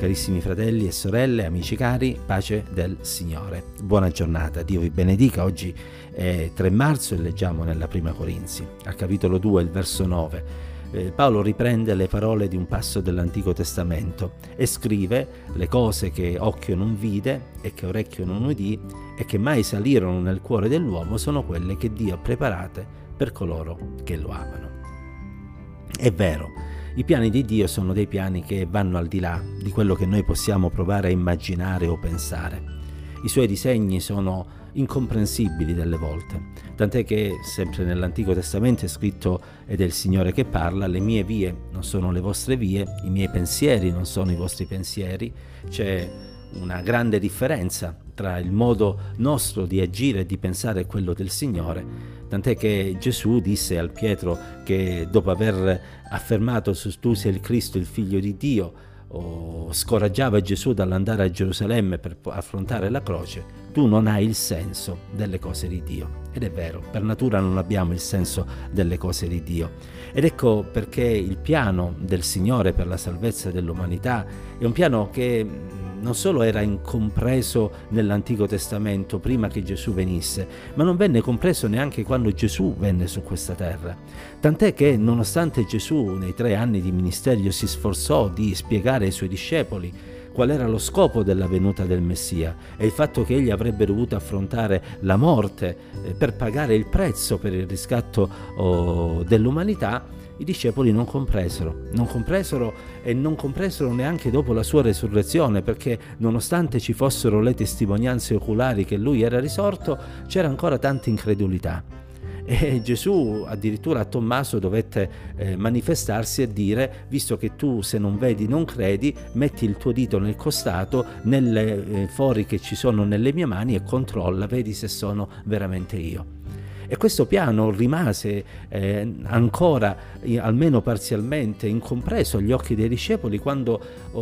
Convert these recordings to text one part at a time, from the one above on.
Carissimi fratelli e sorelle, amici cari, pace del Signore. Buona giornata, Dio vi benedica. Oggi è 3 marzo e leggiamo nella Prima Corinzi, al capitolo 2, il verso 9. Paolo riprende le parole di un passo dell'Antico Testamento e scrive: le cose che occhio non vide e che orecchio non udì e che mai salirono nel cuore dell'uomo sono quelle che Dio ha preparate per coloro che lo amano. È vero, i piani di Dio sono dei piani che vanno al di là di quello che noi possiamo provare a immaginare o pensare. I suoi disegni sono incomprensibili delle volte, tant'è che sempre nell'Antico Testamento è scritto, ed è il Signore che parla: le mie vie non sono le vostre vie, i miei pensieri non sono i vostri pensieri. C'è una grande differenza tra il modo nostro di agire e di pensare e quello del Signore, tant'è che Gesù disse al Pietro, che dopo aver affermato tu sei il Cristo, il Figlio di Dio, scoraggiava Gesù dall'andare a Gerusalemme per affrontare la croce: tu non hai il senso delle cose di Dio. Ed è vero, per natura non abbiamo il senso delle cose di Dio. Ed ecco perché il piano del Signore per la salvezza dell'umanità è un piano che non solo era incompreso nell'Antico Testamento prima che Gesù venisse, ma non venne compreso neanche quando Gesù venne su questa terra. Tant'è che nonostante Gesù nei 3 anni di ministerio si sforzò di spiegare ai suoi discepoli qual era lo scopo della venuta del Messia e il fatto che egli avrebbe dovuto affrontare la morte per pagare il prezzo per il riscatto dell'umanità, i discepoli non compresero e non compresero neanche dopo la sua resurrezione, perché nonostante ci fossero le testimonianze oculari che lui era risorto, c'era ancora tanta incredulità. E Gesù addirittura a Tommaso dovette manifestarsi e dire: visto che tu se non vedi non credi, metti il tuo dito nel costato, nelle fori che ci sono nelle mie mani e controlla, vedi se sono veramente io. E questo piano rimase ancora, almeno parzialmente, incompreso agli occhi dei discepoli quando,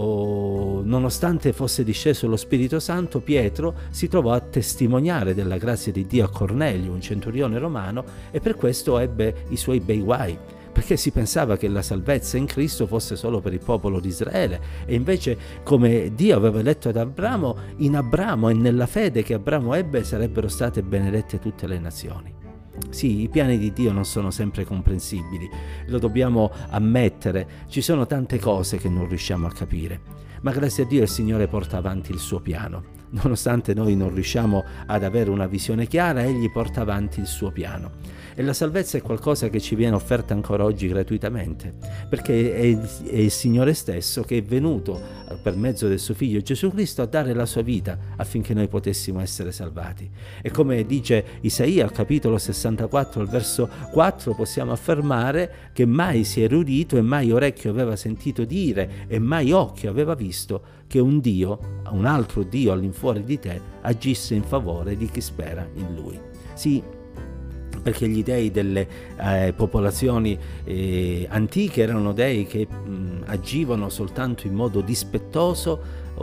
nonostante fosse disceso lo Spirito Santo, Pietro si trovò a testimoniare della grazia di Dio a Cornelio, un centurione romano, e per questo ebbe i suoi bei guai, perché si pensava che la salvezza in Cristo fosse solo per il popolo di Israele, e invece, come Dio aveva detto ad Abramo, in Abramo e nella fede che Abramo ebbe sarebbero state benedette tutte le nazioni. Sì, i piani di Dio non sono sempre comprensibili, lo dobbiamo ammettere, ci sono tante cose che non riusciamo a capire, ma grazie a Dio il Signore porta avanti il suo piano. Nonostante noi non riusciamo ad avere una visione chiara, Egli porta avanti il suo piano. E la salvezza è qualcosa che ci viene offerta ancora oggi gratuitamente, perché è il Signore stesso che è venuto per mezzo del suo Figlio Gesù Cristo a dare la sua vita affinché noi potessimo essere salvati. E come dice Isaia al capitolo 64 al verso 4, possiamo affermare che mai si è udito e mai orecchio aveva sentito dire e mai occhio aveva visto che un Dio, un altro Dio all'infuori di te, agisse in favore di chi spera in Lui. Sì, perché gli dei delle popolazioni antiche erano dei che agivano soltanto in modo dispettoso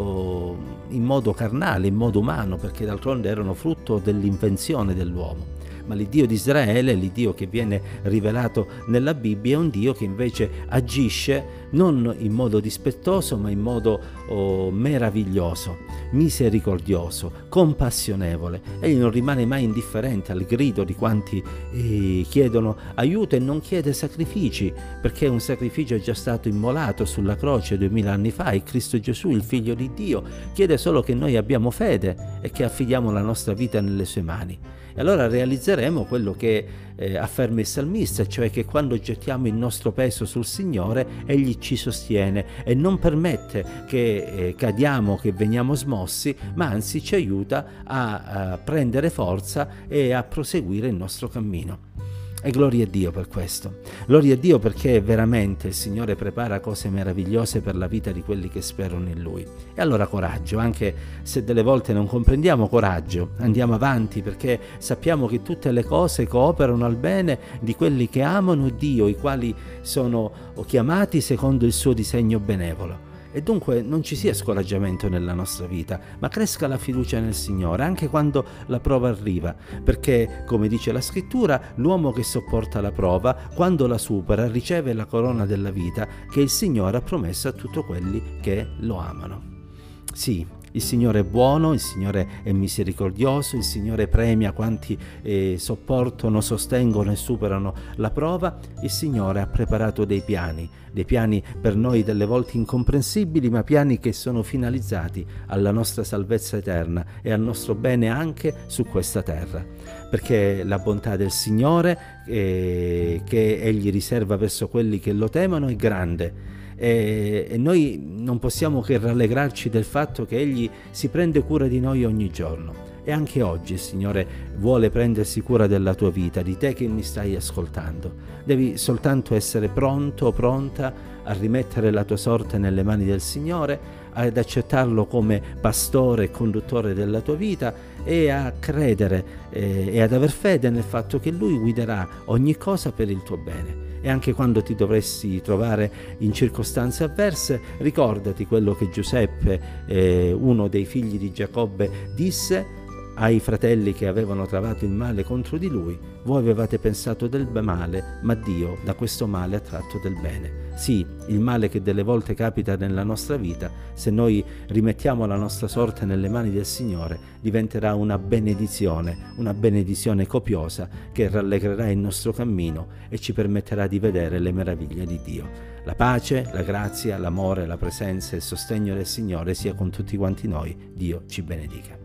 o in modo carnale, in modo umano, perché d'altronde erano frutto dell'invenzione dell'uomo. Ma l'Iddio di Israele, l'Iddio che viene rivelato nella Bibbia, è un Dio che invece agisce non in modo dispettoso, ma in modo meraviglioso, misericordioso, compassionevole. Egli non rimane mai indifferente al grido di quanti chiedono aiuto e non chiede sacrifici, perché un sacrificio è già stato immolato sulla croce 2000 anni fa, e Cristo Gesù, il Figlio di Dio, chiede solo che noi abbiamo fede e che affidiamo la nostra vita nelle sue mani. E allora realizzeremo quello che afferma il salmista, cioè che quando gettiamo il nostro peso sul Signore, Egli ci sostiene e non permette che cadiamo, che veniamo smossi, ma anzi ci aiuta a prendere forza e a proseguire il nostro cammino. E gloria a Dio per questo. Gloria a Dio perché veramente il Signore prepara cose meravigliose per la vita di quelli che sperano in Lui. E allora coraggio, anche se delle volte non comprendiamo, coraggio, andiamo avanti, perché sappiamo che tutte le cose cooperano al bene di quelli che amano Dio, i quali sono chiamati secondo il suo disegno benevolo. e dunque non ci sia scoraggiamento nella nostra vita, ma cresca la fiducia nel Signore anche quando la prova arriva, perché, come dice la Scrittura, l'uomo che sopporta la prova, quando la supera, riceve la corona della vita che il Signore ha promesso a tutti quelli che lo amano. Sì, il Signore è buono, il Signore è misericordioso, il Signore premia quanti sopportano, sostengono e superano la prova. Il Signore ha preparato dei piani per noi delle volte incomprensibili, ma piani che sono finalizzati alla nostra salvezza eterna e al nostro bene anche su questa terra, perché la bontà del Signore che Egli riserva verso quelli che lo temono è grande. E noi non possiamo che rallegrarci del fatto che Egli si prende cura di noi ogni giorno. E anche oggi il Signore vuole prendersi cura della tua vita, di te che mi stai ascoltando. Devi soltanto essere pronto o pronta a rimettere la tua sorte nelle mani del Signore, ad accettarlo come pastore e conduttore della tua vita e a credere e ad aver fede nel fatto che Lui guiderà ogni cosa per il tuo bene. E anche quando ti dovresti trovare in circostanze avverse, ricordati quello che Giuseppe, uno dei figli di Giacobbe, disse ai fratelli che avevano travato il male contro di lui: voi avevate pensato del male, ma Dio da questo male ha tratto del bene. Sì, il male che delle volte capita nella nostra vita, se noi rimettiamo la nostra sorte nelle mani del Signore, diventerà una benedizione copiosa che rallegrerà il nostro cammino e ci permetterà di vedere le meraviglie di Dio. La pace, la grazia, l'amore, la presenza e il sostegno del Signore sia con tutti quanti noi. Dio ci benedica.